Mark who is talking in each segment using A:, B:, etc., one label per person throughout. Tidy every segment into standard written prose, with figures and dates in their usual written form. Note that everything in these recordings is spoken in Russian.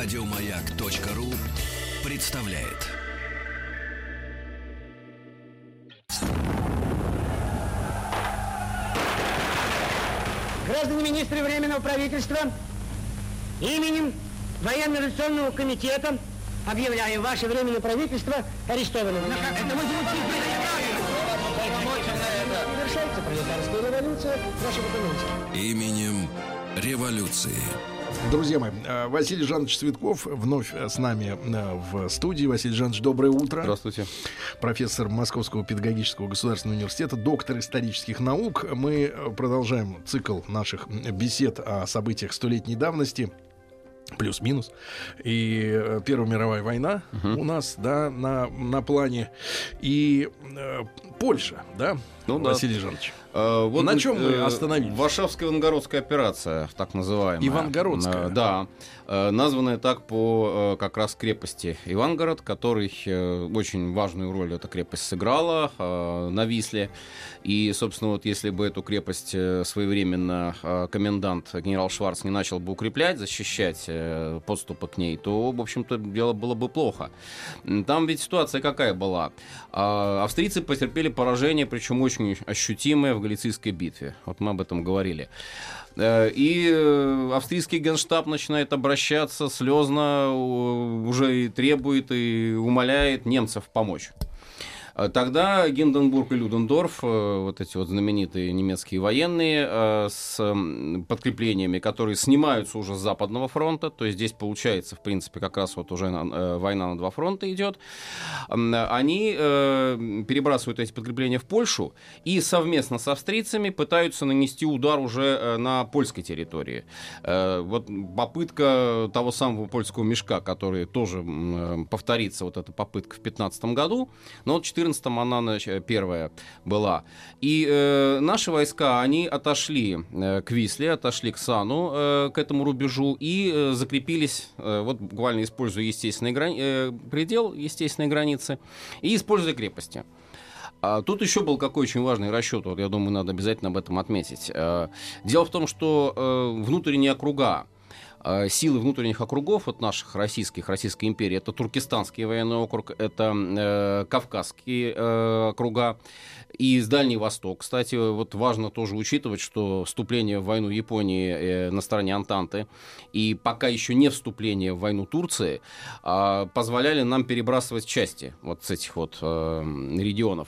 A: Радиомаяк.ру представляет.
B: Граждане министры Временного правительства, именем Военно-революционного комитета объявляю ваше Временное правительство арестованным. Завершается пролетарская революция, ваши документы.
A: Именем революции.
C: Друзья мои, Василий Жанович Цветков вновь с нами в студии. Василий Жанович, доброе утро.
D: Здравствуйте.
C: Профессор Московского педагогического государственного университета, доктор исторических наук. Мы продолжаем цикл наших бесед о событиях столетней давности. Плюс-минус. И Первая мировая война у нас, да, на плане. И Польша, да, Василий Жанович?
D: Вот
C: на чем мы остановились?
D: Варшавская Ивангородская операция, так называемая.
C: Ивангородская?
D: Да. Названная так по как раз крепости Ивангород, который очень важную роль эта крепость сыграла на Висле. И, собственно, вот если бы эту крепость своевременно комендант генерал Шварц не начал бы укреплять, защищать подступы к ней, то, в общем-то, дело было бы плохо. Там ведь ситуация какая была? Австрийцы потерпели поражение, причем очень ощутимое, в Галицийской битве. Вот мы об этом говорили. И австрийский генштаб начинает обращаться слезно, уже и требует, и умоляет немцев помочь. Тогда Гинденбург и Людендорф, вот эти вот знаменитые немецкие военные, с подкреплениями, которые снимаются уже с Западного фронта, то есть здесь получается, в принципе, как раз вот уже война на два фронта идет, они перебрасывают эти подкрепления в Польшу и совместно с австрийцами пытаются нанести удар уже на польской территории. Вот попытка того самого польского мешка, который тоже повторится, вот эта попытка в 15 году, но вот 14-м она первая была. И наши войска, они отошли к Висле, отошли к Сану, к этому рубежу, и закрепились, вот буквально используя естественный предел, естественной границы, и используя крепости. Тут еще был какой очень важный расчет, вот, я думаю, надо обязательно об этом отметить. Дело в том, что внутренние округа, силы внутренних округов от наших Российской империи, это Туркестанский военный округ, это Кавказские округа и Дальний Восток. Кстати, вот важно тоже учитывать, что вступление в войну Японии на стороне Антанты и пока еще не вступление в войну Турции позволяли нам перебрасывать части вот с этих вот регионов.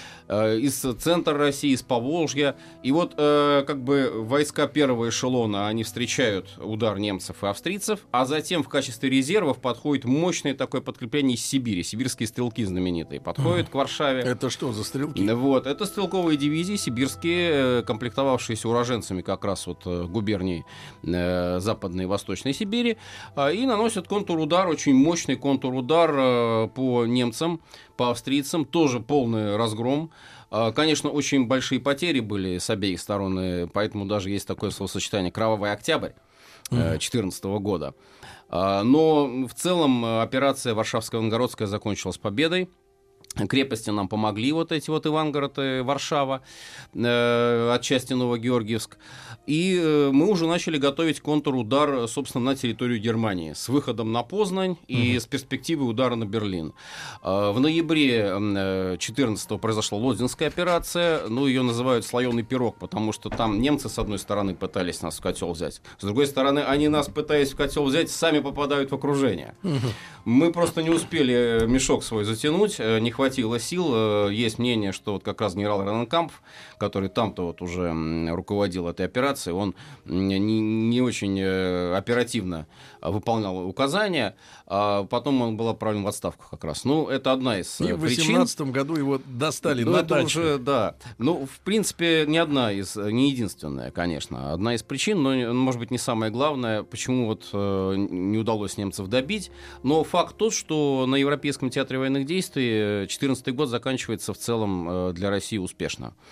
D: Из центра России, из Поволжья. И вот как бы войска первого эшелона, они встречают удар немцев и австрийцев, а затем в качестве резервов подходит мощное такое подкрепление из Сибири. Сибирские стрелки знаменитые подходят к Варшаве.
C: Это что за стрелки?
D: Вот, это стрелковые дивизии сибирские, комплектовавшиеся уроженцами как раз вот губерний Западной и Восточной Сибири, и наносят контрудар, очень мощный контрудар по немцам, по австрийцам, тоже полный разгром. Конечно, очень большие потери были с обеих сторон, поэтому даже есть такое словосочетание «Кровавый октябрь» 2014 года. Но в целом операция Варшавско-Ивангородская закончилась победой. Крепости нам помогли, вот эти вот Ивангород и Варшава, отчасти Новогеоргиевск. И мы уже начали готовить контрудар, собственно, на территорию Германии с выходом на Познань и с перспективой удара на Берлин. В ноябре 14-го произошла Лодзинская операция. Ну, ее называют «слоеный пирог», потому что там немцы, с одной стороны, пытались нас в котел взять. С другой стороны, они нас, пытаясь в котел взять, сами попадают в окружение. Мы просто не успели мешок свой затянуть, не хватило сил. Есть мнение, что вот как раз генерал Рененкампф, который там-то вот уже руководил этой операцией, он не очень оперативно выполнял указания, а потом он был отправлен в отставку как раз. Ну, это одна из причин.
C: И в 18 году его достали на даче.
D: Уже, да. Ну, в принципе, не единственная, конечно. Одна из причин, но, может быть, не самая главная, почему вот не удалось немцев добить. Но факт тот, что на Европейском театре военных действий 2014 год заканчивается в целом для России успешно.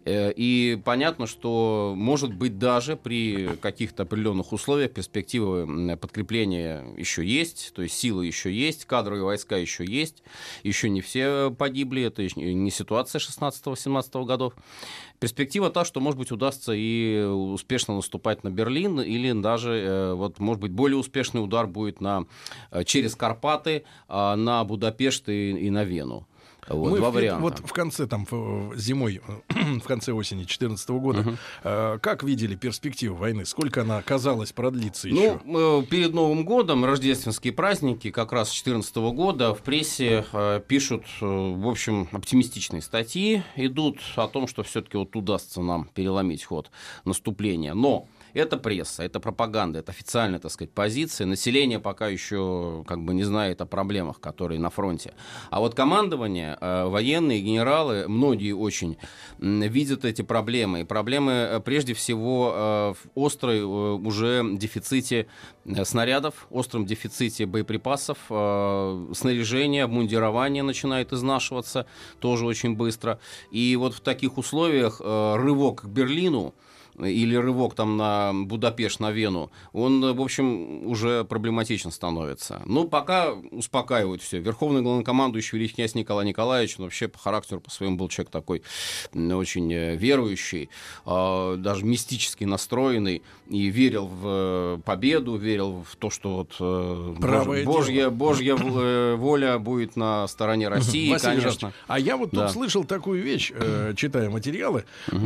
D: И понятно, что, может быть, даже при каких-то определенных условиях перспективы подкрепления еще есть, то есть силы еще есть, кадровые войска еще есть, еще не все погибли, это не ситуация 16-17 годов. Перспектива та, что, может быть, удастся и успешно наступать на Берлин, или даже, вот, может быть, более успешный удар будет через Карпаты на Будапешт и на Вену. Вот, два варианта.
C: Вот в конце, там, зимой, в конце осени 2014 года, как видели перспективу войны? Сколько она, казалось, продлится еще?
D: Ну, перед Новым годом, рождественские праздники, как раз 2014 года, в прессе пишут, в общем, оптимистичные статьи, идут о том, что все-таки вот удастся нам переломить ход наступления. Но это пресса, это пропаганда, это официальная, так сказать, позиция. Население пока еще как бы не знает о проблемах, которые на фронте. А вот командование, военные, генералы, многие очень видят эти проблемы. И проблемы прежде всего в острой уже дефиците снарядов, остром дефиците боеприпасов, снаряжения, обмундирование начинает изнашиваться тоже очень быстро. И вот в таких условиях рывок к Берлину или рывок там на Будапешт, на Вену, он, в общем, уже проблематичен становится. Ну, пока успокаивают все. Верховный главнокомандующий великий князь Николай Николаевич, он вообще по характеру, по своему был человек такой очень верующий, даже мистически настроенный, и верил в победу, верил в то, что вот Божья воля будет на стороне России,
C: Василий
D: конечно.
C: А я вот тут слышал такую вещь, читая материалы.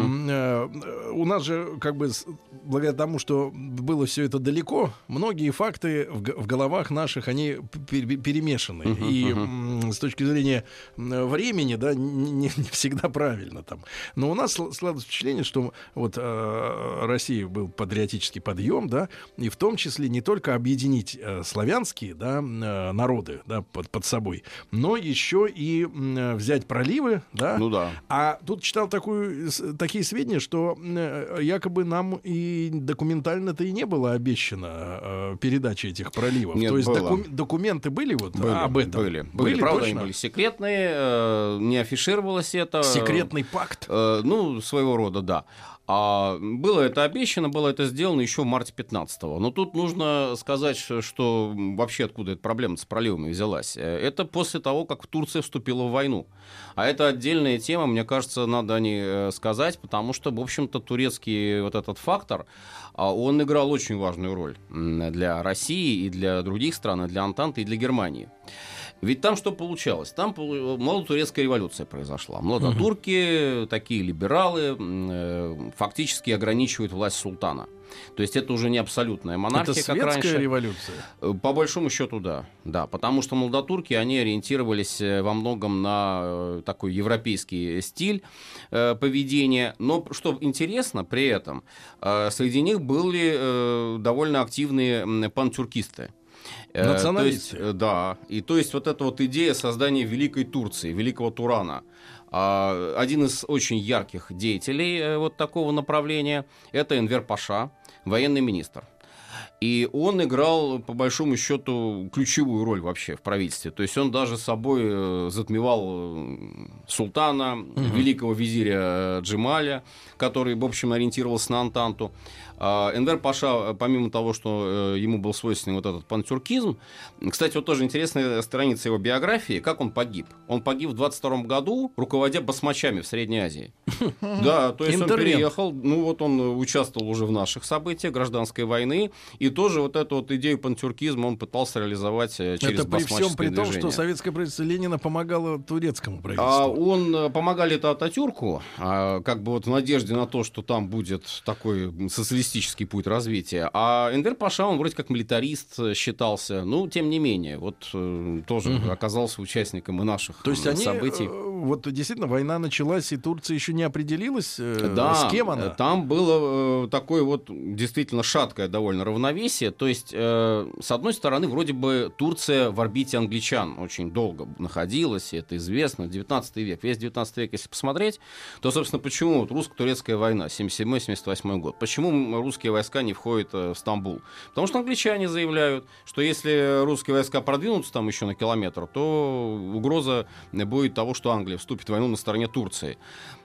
C: У нас же как бы благодаря тому, что было все это далеко, многие факты в головах наших, они перемешаны. И с точки зрения времени, да, не всегда правильно там. Но у нас складывается впечатление, что вот России был патриотический подъем, да, и в том числе не только объединить славянские, да, народы, да, под собой, но еще и взять проливы, да.
D: Ну да.
C: А тут читал такие сведения, что якобы нам и документально-то и не было обещано передача этих проливов.
D: Нет,
C: то есть
D: было.
C: Документы были вот об этом?
D: Были. Правда,
C: точно?
D: они были секретные, не афишировалось это.
C: Секретный пакт?
D: Ну, своего рода, да. А было это обещано, было это сделано еще в марте 15-го. Но тут нужно сказать, что вообще откуда эта проблема с проливами взялась. Это после того, как Турция вступила в войну. А это отдельная тема, мне кажется, надо о ней сказать, потому что, в общем-то, турецкий вот этот фактор, он играл очень важную роль для России и для других стран, и для Антанты, и для Германии. Ведь там что получалось? Там молодотурецкая революция произошла. Младотурки, такие либералы, фактически ограничивают власть султана. То есть это уже не абсолютная монархия,
C: это
D: как раньше.
C: светская революция?
D: По большому счету, да. Да, потому что молодотурки, они ориентировались во многом на такой европейский стиль поведения. Но, что интересно, при этом среди них были довольно активные пантюркисты.
C: Националисты.
D: То есть, да. И то есть вот эта вот идея создания Великой Турции, Великого Турана. Один из очень ярких деятелей вот такого направления — это Энвер Паша, военный министр. И он играл, по большому счету, ключевую роль вообще в правительстве. То есть он даже собой затмевал султана, великого визиря Джемаля, который, в общем, ориентировался на Антанту. Энвер Паша, помимо того, что ему был свойственен вот этот пантюркизм, кстати, вот тоже интересная страница его биографии, как он погиб. Он погиб в 22 году, руководя басмачами в Средней Азии. Да, то есть он переехал, ну вот он участвовал уже в наших событиях гражданской войны, и тоже вот эту вот идею пантюркизма он пытался реализовать через басмаческое движение. Это при всем при том,
C: что советское правительство Ленина помогало турецкому правительству.
D: Он помогали это Ататюрку, как бы вот в надежде на то, что там будет такой социалистический путь развития. А Энвер Паша, он вроде как милитарист считался, но тем не менее, вот тоже оказался участником и наших
C: то есть
D: событий.
C: Вот действительно война началась, и Турция еще не определилась, с кем она?
D: Там было такое вот действительно шаткое довольно равновесие. То есть, с одной стороны, вроде бы Турция в орбите англичан очень долго находилась, и это известно, 19 век. Весь 19 век, если посмотреть, то, собственно, почему вот русско-турецкая война, 77-78 год, почему русские войска не входят в Стамбул? Потому что англичане заявляют, что если русские войска продвинутся там еще на километр, то угроза будет того, что Англия вступит в войну на стороне Турции.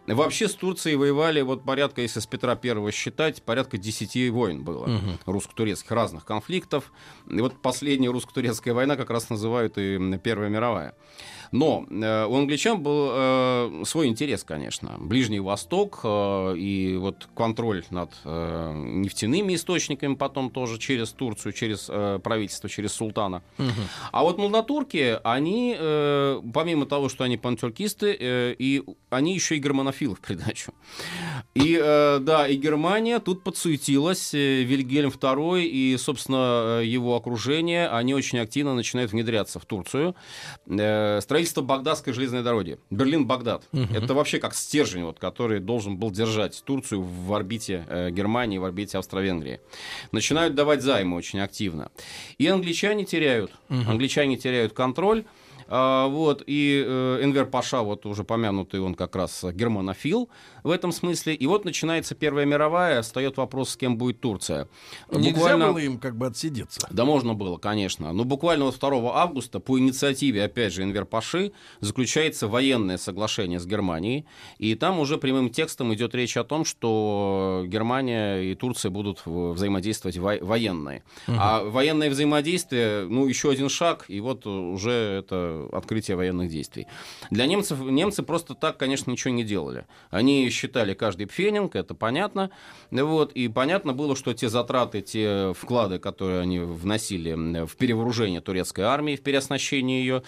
D: Вообще с Турцией воевали вот порядка, если с Петра I считать, порядка 10 войн было. Русско-турецких, разных конфликтов. И вот последняя русско-турецкая война как раз называют и Первая мировая. Но у англичан был свой интерес, конечно. Ближний Восток и вот контроль над нефтяными источниками потом тоже через Турцию, через правительство, через султана. А вот молдотурки, они, помимо того, что они пантюркисты, и они еще и германофилы в придачу. И, да, и Германия тут подсуетилась, Вильгельм II и, собственно, его окружение, они очень активно начинают внедряться в Турцию. Строительство Багдадской железной дороги. Берлин-Багдад. Это вообще как стержень, вот, который должен был держать Турцию в орбите Германии, в орбите Австро-Венгрии. Начинают давать займы очень активно. И англичане теряют контроль. Вот, и Энвер Паша, вот уже помянутый, он как раз германофил в этом смысле. И вот начинается Первая мировая, встает вопрос, с кем будет Турция.
C: Нельзя было им как бы отсидеться?
D: Да можно было, конечно. Но буквально вот 2 августа по инициативе, опять же, Энвер Паши заключается военное соглашение с Германией. И там уже прямым текстом идет речь о том, что Германия и Турция будут взаимодействовать военные. А военное взаимодействие, ну, еще один шаг, и вот уже это открытие военных действий. Для немцев, немцы просто так, конечно, ничего не делали. Они считали каждый пфенинг, это понятно. Вот, и понятно было, что те затраты, те вклады, которые они вносили в перевооружение турецкой армии, в переоснащение ее,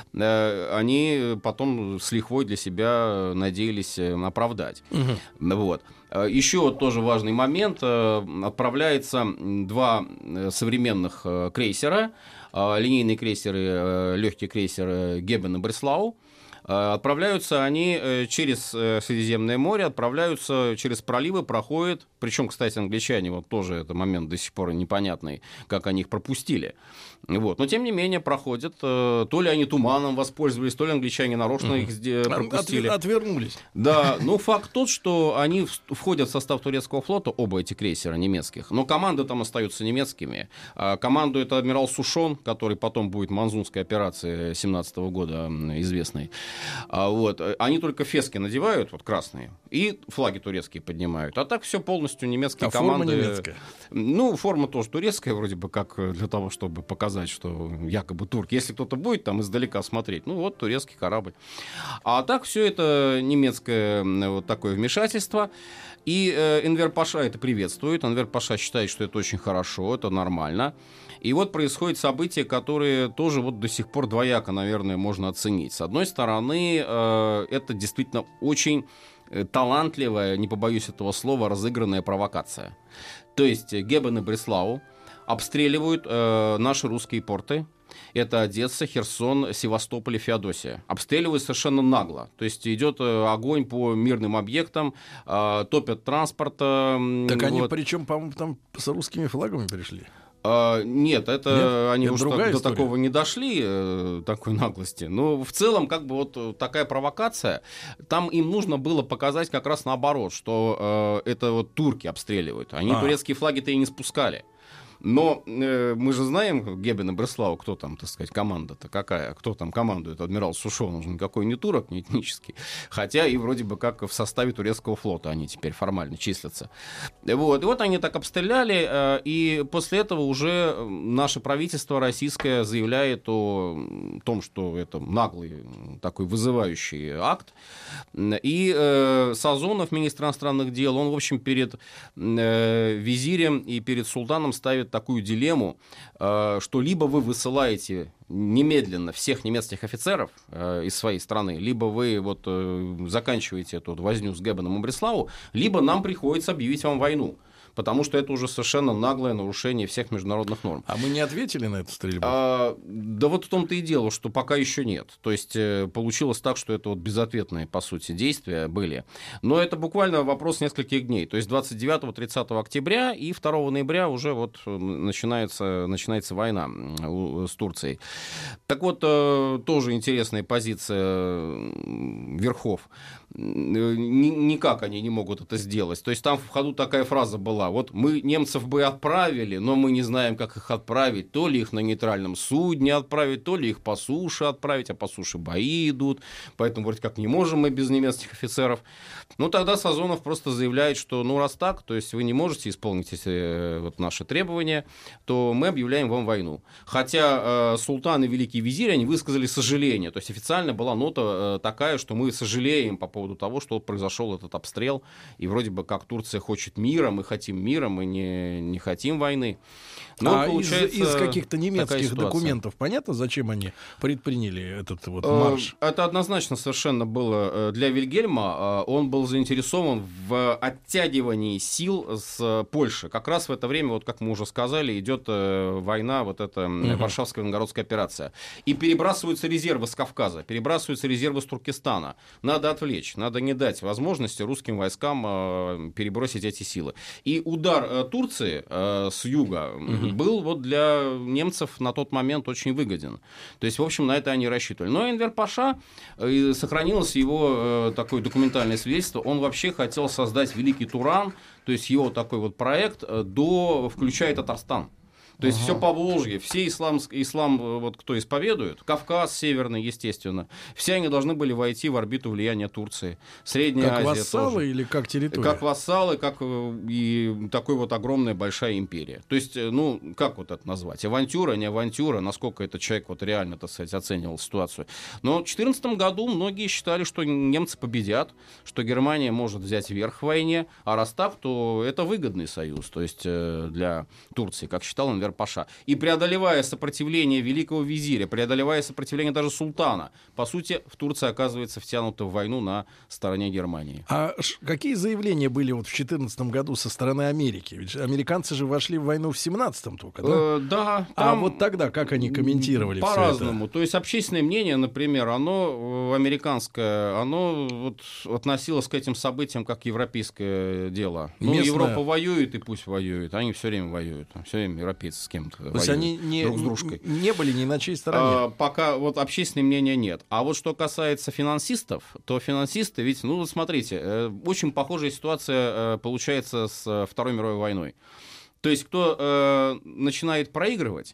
D: они потом с лихвой для себя надеялись оправдать. Вот. Еще тоже важный момент. Отправляется 2 современных крейсера, линейные крейсеры, легкий крейсер Гебен и Бреслау. Отправляются они через Средиземное море, отправляются через проливы, проходят. Причем, кстати, англичане, вот тоже это момент до сих пор непонятный, как они их пропустили. Вот. Но, тем не менее, проходят. То ли они туманом воспользовались, то ли англичане нарочно их пропустили.
C: Отвернулись.
D: Да, но факт тот, что они входят в состав турецкого флота, оба эти крейсера немецких. Но команды там остаются немецкими. Командует адмирал Сушон, который потом будет Манзунской операции 17 года известной. Вот. Они только фески надевают, вот красные, и флаги турецкие поднимают. А так все полностью немецкие команды.
C: Форма немецкая?
D: Ну, форма тоже турецкая, вроде бы, как для того, чтобы показать, что якобы турки. Если кто-то будет там издалека смотреть, ну вот турецкий корабль. А так все это немецкое вот такое вмешательство. И Энвер Паша это приветствует. Энвер Паша считает, что это очень хорошо, это нормально. И вот происходят события, которые тоже вот до сих пор двояко, наверное, можно оценить. С одной стороны, это действительно очень талантливая, не побоюсь этого слова, разыгранная провокация. То есть Гебен и Бреслау обстреливают наши русские порты. Это Одесса, Херсон, Севастополь и Феодосия. Обстреливают совершенно нагло. То есть идет огонь по мирным объектам, топят транспорт.
C: Так они, причем, по-моему, там с русскими флагами пришли.
D: Нет, они
C: это
D: уж до такого не дошли, такой наглости. Но в целом, как бы вот такая провокация, там им нужно было показать как раз наоборот, что это вот турки обстреливают. Они турецкие флаги-то и не спускали. Но мы же знаем, Гебен и Бреслау, кто там, так сказать, команда-то какая, кто там командует, адмирал Сушон, он же никакой не турок, не этнический, хотя и вроде бы как в составе турецкого флота они теперь формально числятся. Вот. И вот они так обстреляли, и после этого уже наше правительство российское заявляет о том, что это наглый такой вызывающий акт. И Сазонов, министр иностранных дел, он, в общем, перед визирем и перед султаном ставит такую дилемму, что либо вы высылаете немедленно всех немецких офицеров из своей страны, либо вы вот заканчиваете эту возню с Гебеном и Бреслау, либо нам приходится объявить вам войну. Потому что это уже совершенно наглое нарушение всех международных норм.
C: А мы не ответили на эту стрельбу?
D: Да вот в том-то и дело, что пока еще нет. То есть получилось так, что это вот безответные, по сути, действия были. Но это буквально вопрос нескольких дней. То есть 29-30 октября и 2 ноября уже вот начинается война с Турцией. Так вот, тоже интересная позиция верхов никак они не могут это сделать. То есть там в ходу такая фраза была: вот мы немцев бы отправили, но мы не знаем, как их отправить. То ли их на нейтральном судне отправить, то ли их по суше отправить, а по суше бои идут. Поэтому вроде как не можем мы без немецких офицеров. Ну, тогда Сазонов просто заявляет, что ну раз так, то есть вы не можете исполнить вот наши требования, то мы объявляем вам войну. Хотя султан и великий визирь, они высказали сожаление. То есть официально была нота такая, что мы сожалеем по поводу того, что произошел этот обстрел, и вроде бы как Турция хочет мира, мы хотим мира, мы не хотим войны. Но
C: из каких-то немецких документов понятно, зачем они предприняли этот вот марш?
D: Это однозначно совершенно было для Вильгельма. Он был заинтересован в оттягивании сил с Польши. Как раз в это время, вот как мы уже сказали, идет война, вот эта Варшавская новгородская операция. И перебрасываются резервы с Кавказа, перебрасываются резервы с Туркестана. Надо отвлечь, надо не дать возможности русским войскам перебросить эти силы. И удар Турции с юга был вот для немцев на тот момент очень выгоден. То есть, в общем, на это они рассчитывали. Но Энвер Паша, сохранилось его такое документальное свидетельство, он вообще хотел создать Великий Туран, то есть его такой вот проект, включая Татарстан. То есть все Поволжье, все ислам, вот, кто исповедует, Кавказ северный, естественно, все они должны были войти в орбиту влияния Турции. Средняя Азия тоже. Как
C: вассалы или как территория?
D: Как вассалы, как и такой вот огромная большая империя. То есть, ну, как вот это назвать? Авантюра, не авантюра, насколько этот человек вот реально, так сказать, оценивал ситуацию. Но в 2014 году многие считали, что немцы победят, что Германия может взять верх в войне, а раз так, то это выгодный союз, то есть для Турции, как считал Энвер Паша. И преодолевая сопротивление великого визиря, преодолевая сопротивление даже султана, по сути, в Турции оказывается втянута в войну на стороне Германии.
C: А какие заявления были вот в 2014 году со стороны Америки? Ведь американцы же вошли в войну в 2017-м только, да?
D: Да.
C: А вот тогда как они комментировали все это?
D: По-разному. То есть общественное мнение, например, оно американское, оно вот относилось к этим событиям как европейское дело. Ну, Европа воюет, и пусть воюет. Они все время воюют. Все время европейцы с кем-то воюют.
C: То есть они
D: друг с дружкой.
C: Не были ни на чьей стороне?
D: Пока вот общественное мнение нет. А вот что касается финансистов, то финансисты, ведь, ну, вот смотрите, очень похожая ситуация получается с Второй мировой войной. То есть кто начинает проигрывать,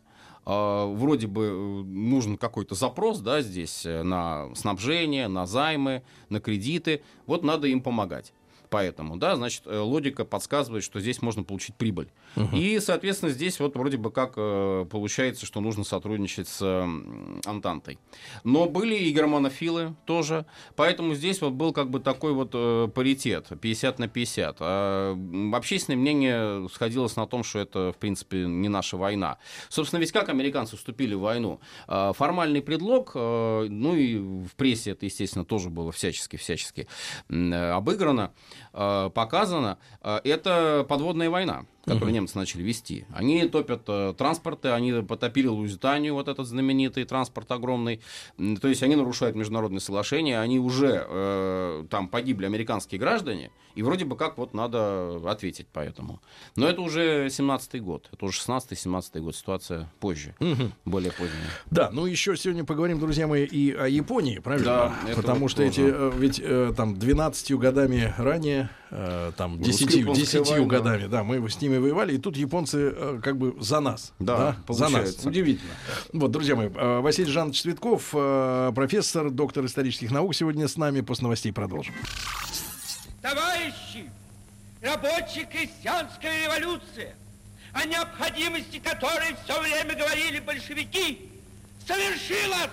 D: вроде бы нужен какой-то запрос, да, здесь на снабжение, на займы, на кредиты, вот надо им помогать. Поэтому, да, значит, логика подсказывает, что здесь можно получить прибыль. И, соответственно, здесь вот вроде бы как получается, что нужно сотрудничать с Антантой. Но были и германофилы тоже, поэтому здесь вот был как бы такой вот паритет, 50 на 50. А общественное мнение сходилось на том, что это, в принципе, не наша война. Собственно, ведь как американцы вступили в войну? Формальный предлог, ну и в прессе это, естественно, тоже было всячески обыграно, показано, это подводная война, которую немцы начали вести. Они топят транспорты, они потопили Лузитанию, вот этот знаменитый транспорт огромный. То есть они нарушают международные соглашения, они уже там погибли американские граждане, и вроде бы как вот надо ответить по этому. Но это уже 17-й год, это уже 16-17 год, ситуация позже, более поздняя.
C: Да, ну еще сегодня поговорим, друзья мои, и о Японии, правильно? Да, потому вот что ведь там 12 годами ранее, там 10 годами, да, мы с ними воевали, и тут японцы как бы за нас.
D: Да,
C: за нас. Удивительно. Вот, друзья мои, Василий Жанович Цветков, профессор, доктор исторических наук, сегодня с нами. После новостей продолжим.
E: Товарищи, рабоче-крестьянская революция, о необходимости которой все время говорили большевики, совершилась!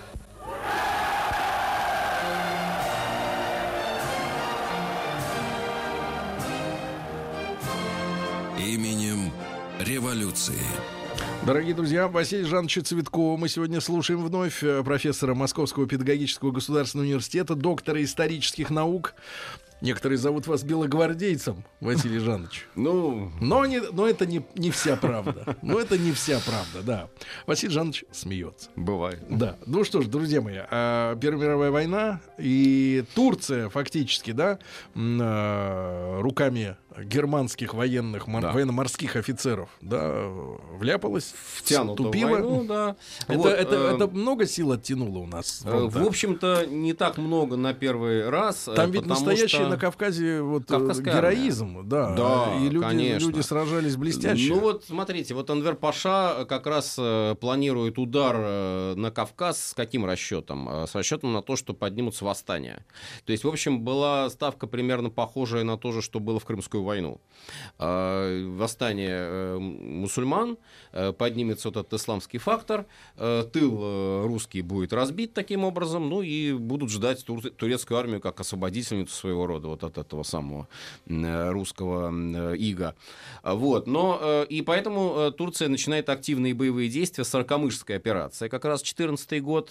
A: Именем революции.
C: Дорогие друзья, Василия Жановича Цветкова мы сегодня слушаем вновь, профессора Московского педагогического государственного университета, доктора исторических наук. Некоторые зовут вас белогвардейцем, Василий Жанович. Но это не вся правда. Но это не вся правда, да. Василий Жанович смеется.
D: Бывает.
C: Да. Ну что ж, друзья мои, Первая мировая война и Турция фактически, да, руками германских военно-морских офицеров, да, вляпалась, вступила.
D: Войну, да.
C: Это много сил оттянуло у нас?
D: В общем-то, не так много на первый раз.
C: Там ведь настоящий на Кавказе героизм, да, и люди сражались блестяще.
D: Ну вот, смотрите, вот Энвер Паша как раз планирует удар на Кавказ с каким расчетом? С расчетом на то, что поднимутся восстания. То есть, в общем, была ставка примерно похожая на то же, что было в Крымскую войну. Восстание мусульман, поднимется вот этот исламский фактор, тыл русский будет разбит таким образом, ну и будут ждать турецкую армию как освободительницу своего рода вот от этого самого русского ига. Вот. Но и поэтому Турция начинает активные боевые действия, Саркамышская операция. Как раз 2014 год,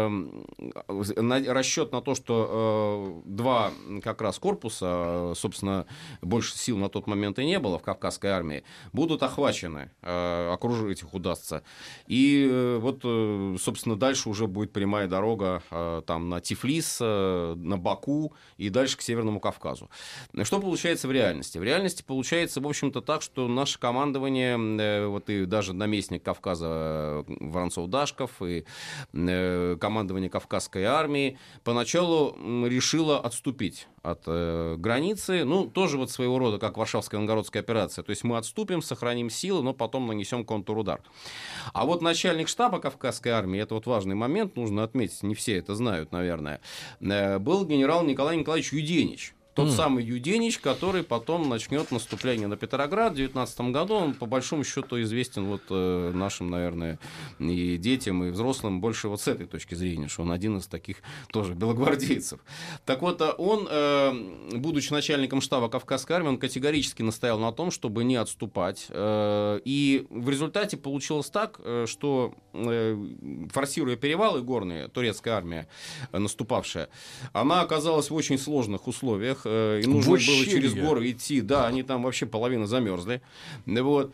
D: расчет на то, что два как раз корпуса, собственно, больше сил на тот момент и не было в Кавказской армии, будут охвачены, окружить их удастся. И вот, собственно, дальше уже будет прямая дорога там на Тифлис, на Баку и дальше к Северному Кавказу. Что получается в реальности? В реальности получается, в общем-то, так, что наше командование, вот и даже наместник Кавказа Воронцов-Дашков и командование Кавказской армии поначалу решило отступить от границы, ну, тоже вот своего рода, как Варшавская новгородская операция. То есть мы отступим, сохраним силы, но потом нанесем контрудар. А вот начальник штаба Кавказской армии, это вот важный момент, нужно отметить, не все это знают, наверное, был генерал Николай Николаевич Юденич. Тот самый Юденич, который потом начнет наступление на Петроград в 19 году. Он, по большому счету, известен вот нашим, наверное, и детям, и взрослым больше вот с этой точки зрения, что он один из таких тоже белогвардейцев. Так вот, он, будучи начальником штаба Кавказской армии, он категорически настоял на том, чтобы не отступать. И в результате получилось так, что, форсируя перевалы горные, турецкая армия наступавшая, она оказалась в очень сложных условиях. И нужно было через горы идти. Да, они там вообще половина замерзли. Вот.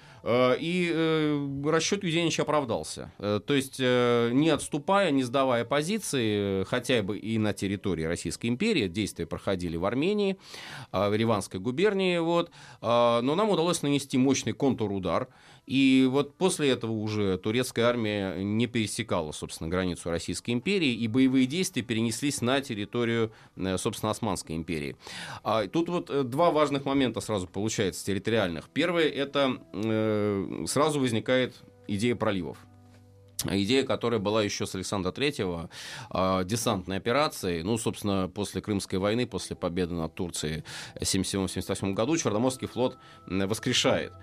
D: И расчет Юденича оправдался. То есть, не отступая, не сдавая позиции, хотя бы и на территории Российской империи, действия проходили в Армении, в Ереванской губернии, вот. Но нам удалось нанести мощный контрудар. И вот после этого уже турецкая армия не пересекала, собственно, границу Российской империи, и боевые действия перенеслись на территорию, собственно, Османской империи. Тут вот два важных момента сразу получается территориальных. Первое, это сразу возникает идея проливов. Идея, которая была еще с Александра III, десантной операции. Ну, собственно, после Крымской войны, после победы над Турцией в 1977-1978 году, Черноморский флот воскрешает.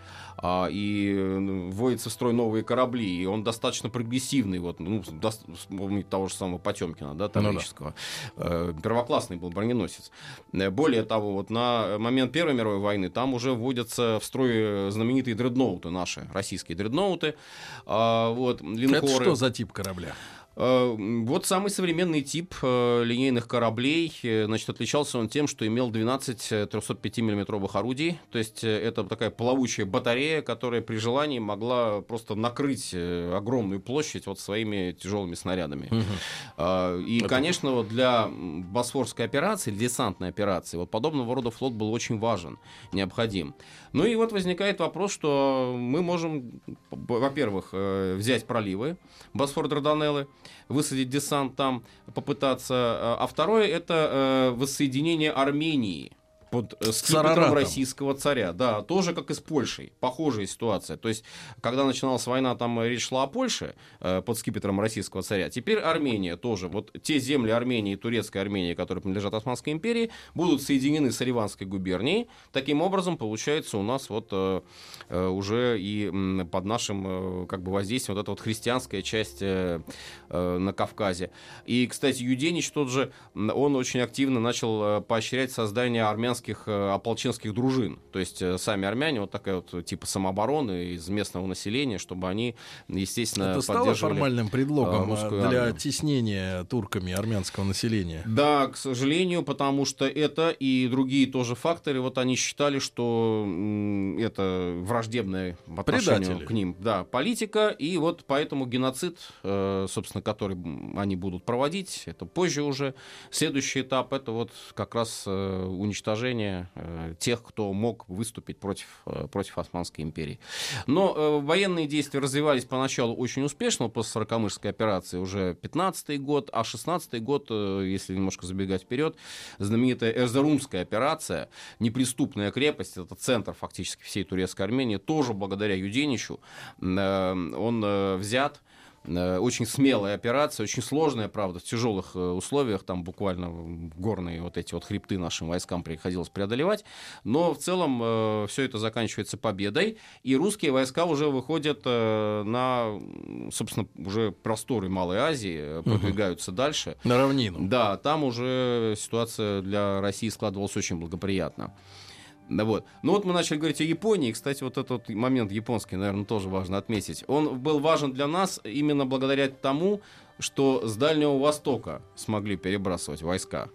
D: И вводится в строй новые корабли. И он достаточно прогрессивный. Вот, ну, вспомнить того же самого Потемкина, да, Таврического. Первоклассный был броненосец. Более того, вот на момент Первой мировой войны там уже вводятся в строй знаменитые дредноуты наши, российские дредноуты. Вот, линкоры.
C: Это что за тип корабля?
D: Вот самый современный тип линейных кораблей. Значит, отличался он тем, что имел 12 305-мм орудий. То есть это такая плавучая батарея, которая при желании могла просто накрыть огромную площадь вот своими тяжелыми снарядами. И, конечно, вот для Босфорской операции, десантной операции, вот подобного рода флот был очень важен, необходим. Ну и вот возникает вопрос, что мы можем, во-первых, взять проливы Босфор-Дарданеллы, высадить десант там, попытаться. А второе, это воссоединение Армении под скипетром российского царя. Да, тоже как и с Польшей. Похожая ситуация. То есть, когда начиналась война, там речь шла о Польше под скипетром российского царя. Теперь Армения тоже. Вот те земли Армении и Турецкой Армении, которые принадлежат Османской империи, будут соединены с Ереванской губернией. Таким образом, получается у нас вот уже и под нашим как бы воздействием вот эта вот христианская часть на Кавказе. И, кстати, Юденич тот же, он очень активно начал поощрять создание армянских ополченских дружин. То есть сами армяне, вот такая вот типа самообороны из местного населения, чтобы они, естественно,
C: это стало формальным предлогом для оттеснения турками армянского населения?
D: Да, к сожалению, потому что это и другие тоже факторы, вот они считали, что это враждебная по отношению к ним, да, политика, и вот поэтому геноцид, собственно, который они будут проводить, это позже уже. Следующий этап, это вот как раз уничтожение поражение тех, кто мог выступить против Османской империи. Но военные действия развивались поначалу очень успешно, после Сорокомышской операции уже 15-й год, а 16-й год, если немножко забегать вперед, знаменитая Эрзерумская операция, неприступная крепость, это центр фактически всей турецкой Армении, тоже благодаря Юденичу он взят. Очень смелая операция, очень сложная, правда, в тяжелых условиях, там буквально горные вот эти вот хребты нашим войскам приходилось преодолевать, но в целом все это заканчивается победой, и русские войска уже выходят на, собственно, уже просторы Малой Азии, продвигаются дальше.
C: На равнину.
D: Да, там уже ситуация для России складывалась очень благоприятно. Да, вот. Ну вот мы начали говорить о Японии. Кстати, вот этот момент японский, наверное, тоже важно отметить. Он был важен для нас именно благодаря тому, что с Дальнего Востока смогли перебрасывать войска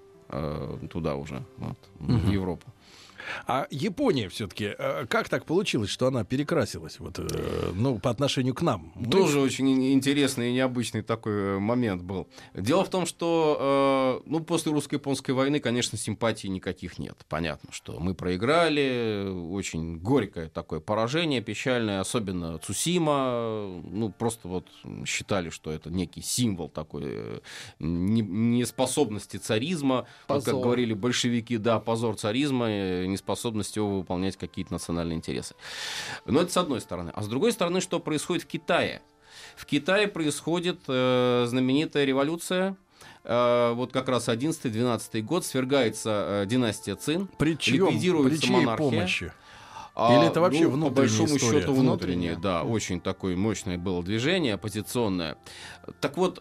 D: туда уже, вот, в Европу.
C: А Япония все-таки, как так получилось, что она перекрасилась вот, ну, по отношению к нам?
D: Тоже очень интересный и необычный такой момент был. Дело в том, что после русско-японской войны, конечно, симпатий никаких нет. Понятно, что мы проиграли, очень горькое такое поражение, печальное, особенно Цусима. Просто вот считали, что это некий символ такой неспособности царизма. Вот, как говорили большевики, да, позор царизма, неспособность его выполнять какие-то национальные интересы. Но это с одной стороны. А с другой стороны, что происходит в Китае? В Китае происходит знаменитая революция. Вот как раз 11-12 год свергается династия Цин. Ликвидируется монархия.
C: Помощи? Или это вообще внутренняя
D: по большому
C: история?
D: счету внутреннее, да, очень такое мощное было движение, оппозиционное. Так вот,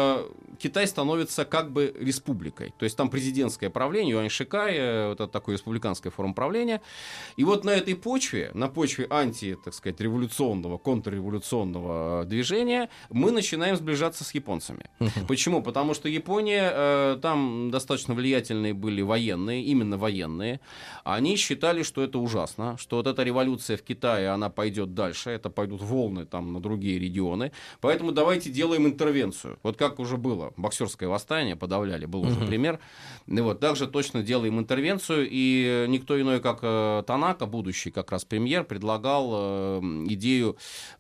D: Китай становится как бы республикой. То есть там президентское правление, Юань Шикай, это такое республиканское форма правления. И вот на этой почве, на почве революционного, контрреволюционного движения, мы начинаем сближаться с японцами. Почему? Потому что Япония, там достаточно влиятельные были военные, именно военные. Они считали, что это ужасно, что вот эта революция в Китае, она пойдет дальше, это пойдут волны там на другие регионы. Поэтому давайте делаем интервенцию. Вот как уже было, боксерское восстание подавляли, был уже пример. И вот также точно делаем интервенцию, и никто иной, как Танака, будущий как раз премьер, предлагал идею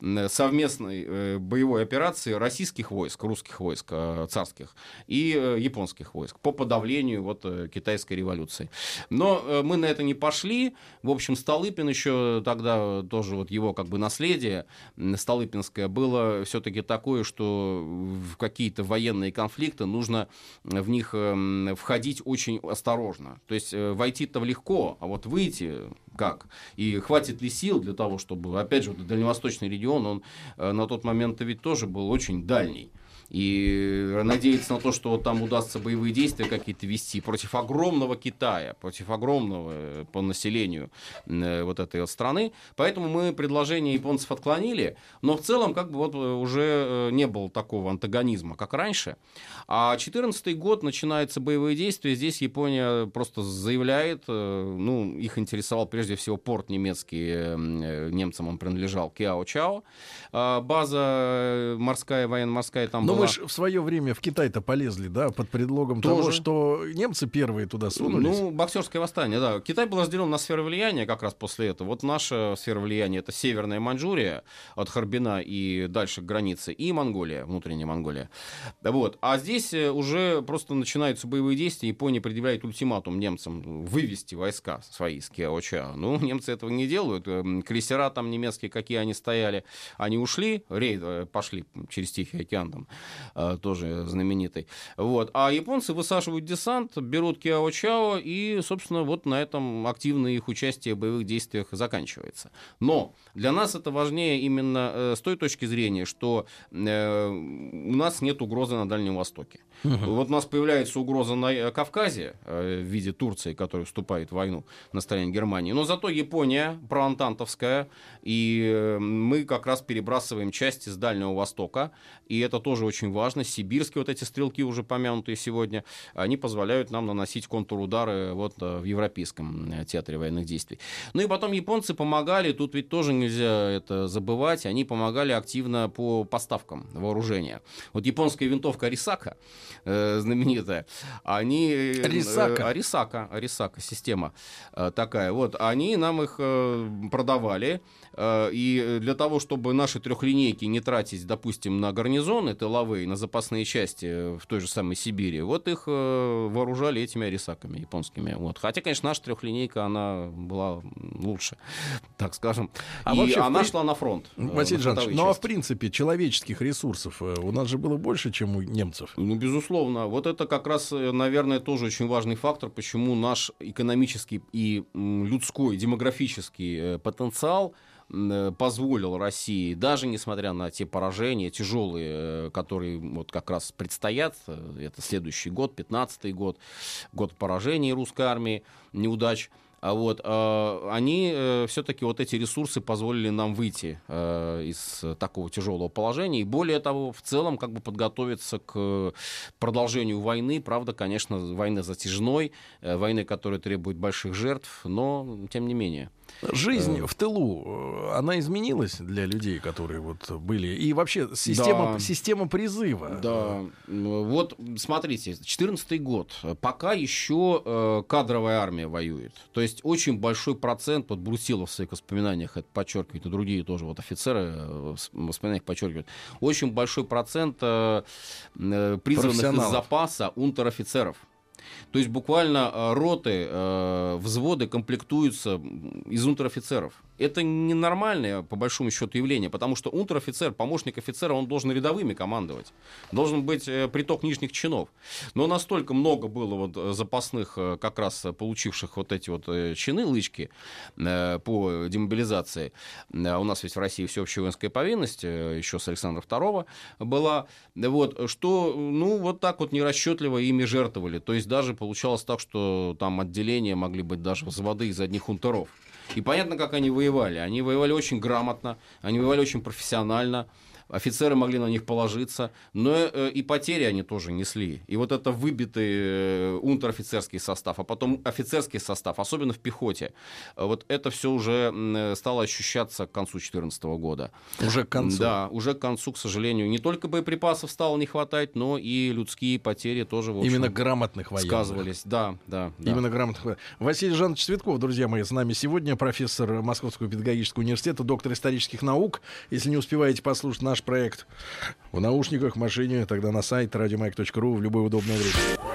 D: совместной боевой операции российских войск, русских войск, царских, и японских войск по подавлению вот китайской революции. Но мы на это не пошли. В общем, Столыпин еще тогда, тоже вот его как бы наследие столыпинское было все-таки такое, что в какие-то военные конфликты нужно в них входить очень осторожно. То есть войти-то легко, а вот выйти как? И хватит ли сил для того, чтобы... Опять же, дальневосточный регион, он на тот момент ведь тоже был очень дальний. И надеяться на то, что там удастся боевые действия какие-то вести против огромного Китая, против огромного по населению вот этой вот страны. Поэтому мы предложение японцев отклонили, но в целом как бы вот уже не было такого антагонизма, как раньше. А 2014 год начинаются боевые действия. Здесь Япония просто заявляет, их интересовал прежде всего порт немецкий, немцам он принадлежал, Кяо-Чао. База морская, военно-морская там была.
C: Мы же в свое время в Китай-то полезли, да, под предлогом того, что немцы первые туда сунулись.
D: Боксерское восстание, да. Китай был разделен на сферы влияния как раз после этого. Вот наша сфера влияния — это Северная Маньчжурия от Харбина и дальше к границе, и Монголия, внутренняя Монголия. Вот. А здесь уже просто начинаются боевые действия. Япония предъявляет ультиматум немцам вывести войска свои с Кяо-Чао. Немцы этого не делают. Крейсера там немецкие, какие они стояли, они ушли, пошли через Тихий океан там. Тоже знаменитый. Вот. А японцы высаживают десант, берут Кяо-Чао, и, собственно, вот на этом активное их участие в боевых действиях заканчивается. Но для нас это важнее именно с той точки зрения, что у нас нет угрозы на Дальнем Востоке. Вот у нас появляется угроза на Кавказе в виде Турции, которая вступает в войну на стороне Германии. Но зато Япония проантантовская, и мы как раз перебрасываем части с Дальнего Востока, и это тоже очень очень важно. Сибирские вот эти стрелки, уже помянутые сегодня, они позволяют нам наносить контрудары вот в Европейском театре военных действий. Ну и потом японцы помогали, тут ведь тоже нельзя это забывать, они помогали активно по поставкам вооружения. Вот японская винтовка Арисака, знаменитая, они... Арисака система такая. Вот, они нам их продавали, и для того, чтобы наши трехлинейки не тратить, допустим, на гарнизоны тыловые, на запасные части в той же самой Сибири, вот их вооружали этими Арисаками японскими. Вот. Хотя, конечно, наша трехлинейка, она была лучше, так скажем. И вообще, она шла на фронт.
C: Василий Жанович, ну а в принципе человеческих ресурсов у нас же было больше, чем у немцев?
D: Ну, безусловно. Вот это как раз, наверное, тоже очень важный фактор, почему наш экономический и людской, демографический потенциал позволил России, даже несмотря на те поражения тяжелые, которые вот как раз предстоят, это следующий год, 15-й год, год поражений русской армии, неудач, они все-таки вот эти ресурсы позволили нам выйти из такого тяжелого положения и, более того, в целом как бы подготовиться к продолжению войны. Правда, конечно, войны затяжной, войны, которая требует больших жертв, но тем не менее.
C: Жизнь в тылу, она изменилась для людей, которые вот были? И вообще система призыва?
D: Да. Вот смотрите, 14-й год. Пока еще кадровая армия воюет. То есть очень большой процент, вот Брусилов в своих воспоминаниях это подчеркивает, и другие тоже вот офицеры в воспоминаниях подчеркивают, очень большой процент призванных из запаса унтер-офицеров. То есть буквально роты, взводы комплектуются из унтер-офицеров. Это ненормальное, по большому счету, явление, потому что унтер-офицер, помощник офицера, он должен рядовыми командовать. Должен быть приток нижних чинов. Но настолько много было вот запасных, как раз получивших вот эти вот чины, лычки по демобилизации. У нас ведь в России всеобщая воинская повинность, еще с Александра II была, вот, что, ну, вот так вот нерасчетливо ими жертвовали. То есть даже получалось так, что там отделения могли быть даже взводы из одних унтеров. И понятно, как они воевали. Они воевали очень грамотно, они воевали очень профессионально. Офицеры могли на них положиться, но и потери они тоже несли. И вот это выбитый унтер-офицерский состав, а потом офицерский состав, особенно в пехоте, вот это все уже стало ощущаться к концу 2014 года.
C: Уже к концу?
D: Да, уже к концу, к сожалению. Не только боеприпасов стало не хватать, но и людские потери тоже, в общем,
C: именно грамотных военных.
D: Сказывались. Да.
C: Именно грамотных. Василий Жанович Цветков, друзья мои, с нами сегодня, профессор Московского педагогического университета, доктор исторических наук. Если не успеваете послушать наш проект в наушниках, в машине, тогда на сайт radiomayak.ru в любое удобное время.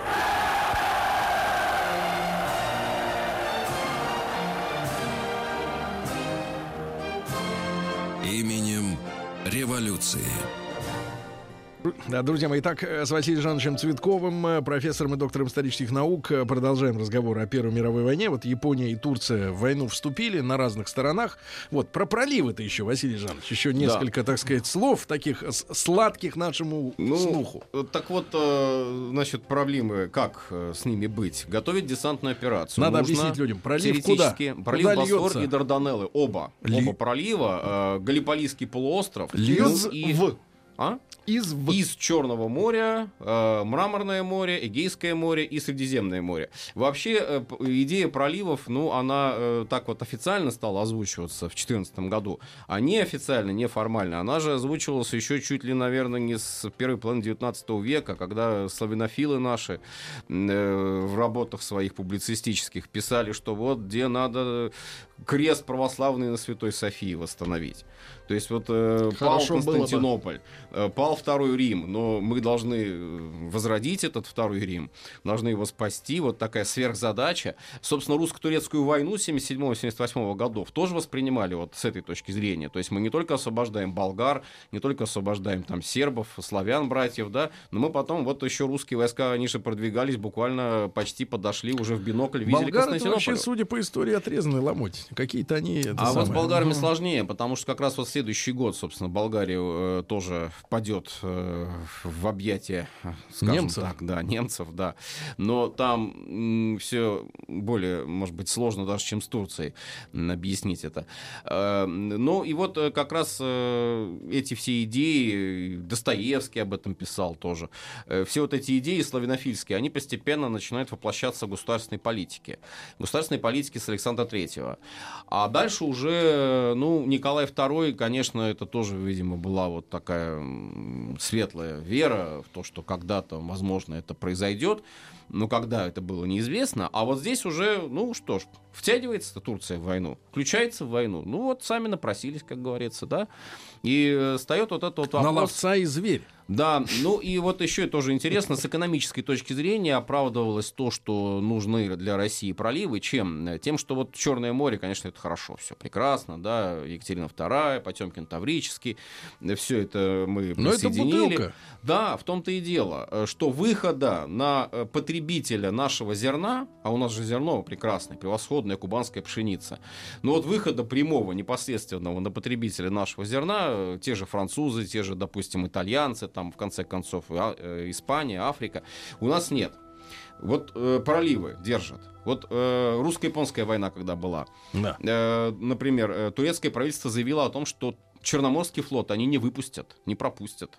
A: Именем революции.
C: Да, друзья мои, итак, с Василием Жановичем Цветковым, профессором и доктором исторических наук, продолжаем разговор о Первой мировой войне. Вот Япония и Турция в войну вступили на разных сторонах. Вот про проливы-то еще, Василий Жанович, еще несколько, так сказать, слов таких сладких нашему слуху.
D: Так вот, значит, проблемы, как с ними быть? Готовить десантную операцию.
C: Надо объяснить людям, пролив куда?
D: Пролив
C: куда
D: Босфор
C: льется?
D: и Дарданеллы, оба пролива, Галлиполийский полуостров. Из Черного моря, Мраморное море, Эгейское море и Средиземное море. Вообще, идея проливов, она так вот официально стала озвучиваться в 2014 году, а неофициально, неформально. Она же озвучивалась еще чуть ли, наверное, не с первой половины 19 века, когда славянофилы наши в работах своих публицистических писали, что вот где надо крест православный на Святой Софии восстановить. То есть вот пал Константинополь, пал Второй Рим, но мы должны возродить этот Второй Рим, должны его спасти. Вот такая сверхзадача. Собственно, русско-турецкую войну 77-78 годов тоже воспринимали вот с этой точки зрения. То есть мы не только освобождаем болгар, не только освобождаем там сербов, славян, братьев, да, но мы потом вот еще русские войска, они же продвигались, буквально почти подошли уже в бинокль, видели
C: Болгары — это
D: Константинополь.
C: вообще, судя по истории, отрезанный ломоть. Какие-то они...
D: Вот с болгарами сложнее, потому что как раз вот следующий год, собственно, Болгария тоже впадет в объятия, скажем так, да, немцев, да. Но там все более, может быть, сложно даже, чем с Турцией объяснить это. Ну и вот как раз эти все идеи, Достоевский об этом писал тоже, все вот эти идеи славянофильские, они постепенно начинают воплощаться в государственной политике. Государственной политике с Александра III. А дальше уже, ну, Николай II, конечно, это тоже, видимо, была вот такая светлая вера в то, что когда-то, возможно, это произойдет. Но когда это было, неизвестно. А вот здесь уже, ну что ж, втягивается Турция в войну, включается в войну. Ну вот сами напросились, как говорится, да. И встает вот этот вот вопрос.
C: На ловца и зверь.
D: Да, ну и вот еще тоже интересно, с экономической точки зрения оправдывалось то, что нужны для России проливы, чем? Тем, что вот Черное море, конечно, это хорошо, все прекрасно, да, Екатерина II, Потемкин Таврический, все это мы присоединили.
C: Но это бутылка.
D: Да, в том-то и дело, что выхода на потребителя нашего зерна, а у нас же зерно прекрасное, превосходная кубанская пшеница, но вот выхода прямого, непосредственного на потребителя нашего зерна, те же французы, те же, допустим, итальянцы, там, в конце концов, Испания, Африка, у нас нет. Вот проливы держат. Вот русско-японская война, когда была, да. Например, турецкое правительство заявило о том, что Черноморский флот они не выпустят, не пропустят.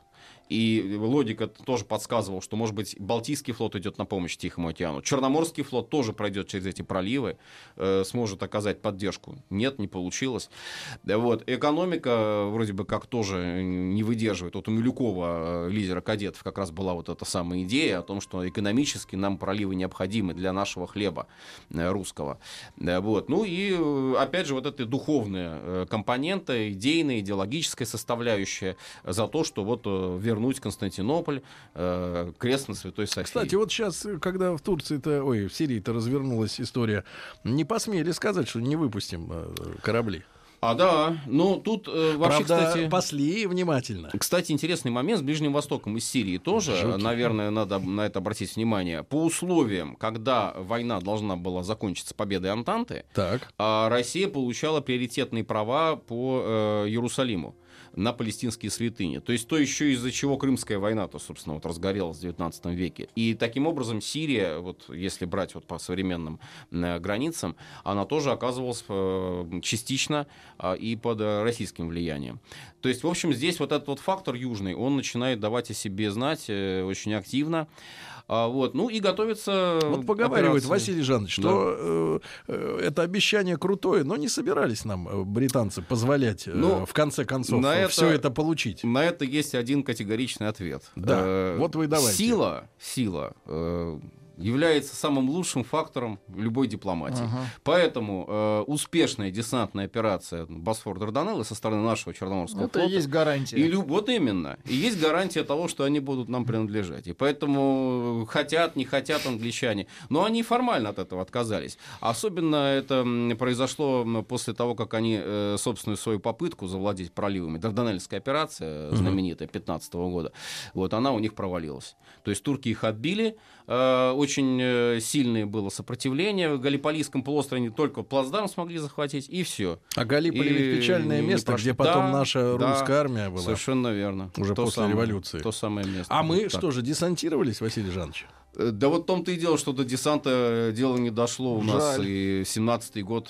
D: И логика тоже подсказывала, что, может быть, Балтийский флот идет на помощь Тихому океану. Черноморский флот тоже пройдет через эти проливы, сможет оказать поддержку. Нет, не получилось. Вот. Экономика вроде бы как тоже не выдерживает. Вот у Милюкова, лидера кадетов, как раз была вот эта самая идея о том, что экономически нам проливы необходимы для нашего хлеба русского. Вот. Ну и, опять же, вот эта духовная компонента, идейная, идеологическая составляющая за то, что вот вернуть Константинополь, крест на Святой Софии.
C: Кстати, вот сейчас, когда в Турции-то, в Сирии-то развернулась история, не посмели сказать, что не выпустим корабли.
D: Да, но тут вообще,
C: правда,
D: кстати...
C: пасли внимательно.
D: Кстати, интересный момент с Ближним Востоком и Сирией тоже,
C: Жуткий.
D: Наверное, надо на это обратить внимание. По условиям, когда война должна была закончиться победой Антанты, Россия получала приоритетные права по Иерусалиму на палестинские святыни. То есть то еще из-за чего Крымская война-то, собственно, вот разгорелась в 19 веке. И таким образом Сирия, вот если брать вот по современным границам, она тоже оказывалась частично и под российским влиянием. То есть, в общем, здесь вот этот вот фактор южный, он начинает давать о себе знать очень активно. Вот. Ну и готовится...
C: Вот поговаривает Василий Жанович, что это обещание крутое, но не собирались нам британцы позволять в конце концов все это получить.
D: На это есть один категоричный ответ.
C: Да, вот вы давайте.
D: Сила является самым лучшим фактором любой дипломатии. Поэтому успешная десантная операция Босфор-Дарданеллы со стороны нашего Черноморского флота...
F: Это и есть гарантия.
D: Вот именно. И есть гарантия того, что они будут нам принадлежать. И поэтому хотят, не хотят англичане. Но они формально от этого отказались. Особенно это произошло после того, как они собственную свою попытку завладеть проливами, Дарданельская операция, знаменитая, 15 года, вот она у них провалилась. То есть турки их отбили, очень сильное было сопротивление. В Галиполийском полуострове не только плацдарм смогли захватить, и все.
C: А Галиполи ведь печальное место, где потом наша русская армия была.
D: Совершенно верно.
C: Уже после революции.
D: То самое место.
C: А мы что же, десантировались, Василий Жанович?
D: Да вот в том-то и дело, что до десанта дело не дошло у нас, и 17-й год...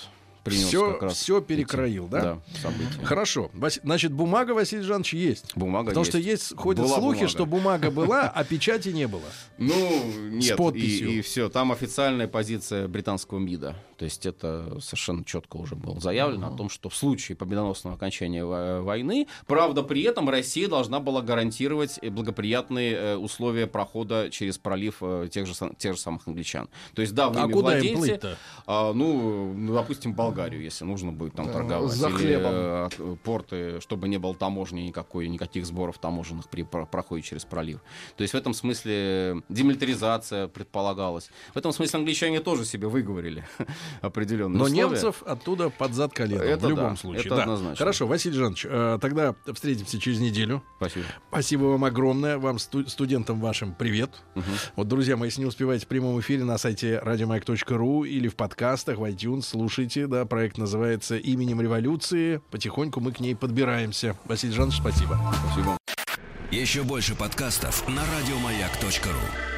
C: Все перекроил, да?
D: Да, события.
C: Хорошо. Значит, бумага, Василий Жанович, есть.
D: Бумага
C: Потому
D: есть.
C: что ходят слухи, бумага. Что бумага была, а печати не было.
D: Ну, нет.
C: С подписью.
D: И все. Там официальная позиция британского МИДа. То есть это совершенно четко уже было заявлено о том, что в случае победоносного окончания войны, правда, при этом Россия должна была гарантировать благоприятные условия прохода через пролив тех же самых англичан. То есть, да,
C: а куда им плыть-то?
D: Допустим, Болгарию, если нужно будет там торговать.
F: За хлебом.
D: Порты, чтобы не было таможни никаких сборов таможенных при проходе через пролив. То есть в этом смысле демилитаризация предполагалась. В этом смысле англичане тоже себе выговорили. определенные
C: Но
D: условия.
C: немцев оттуда под зад коленом.
D: Это
C: в любом
D: да,
C: случае.
D: это
C: Да.
D: однозначно.
C: Хорошо, Василий Жанович, тогда встретимся через неделю.
D: Спасибо.
C: Спасибо вам огромное. Вам, студентам вашим, привет. Вот, друзья мои, если не успеваете в прямом эфире на сайте radiomаяк.ру или в подкастах, в iTunes, слушайте. Да, проект называется «Именем революции». Потихоньку мы к ней подбираемся. Василий Жанович, спасибо.
D: Спасибо.
A: Еще больше подкастов на радиомаяк.ру.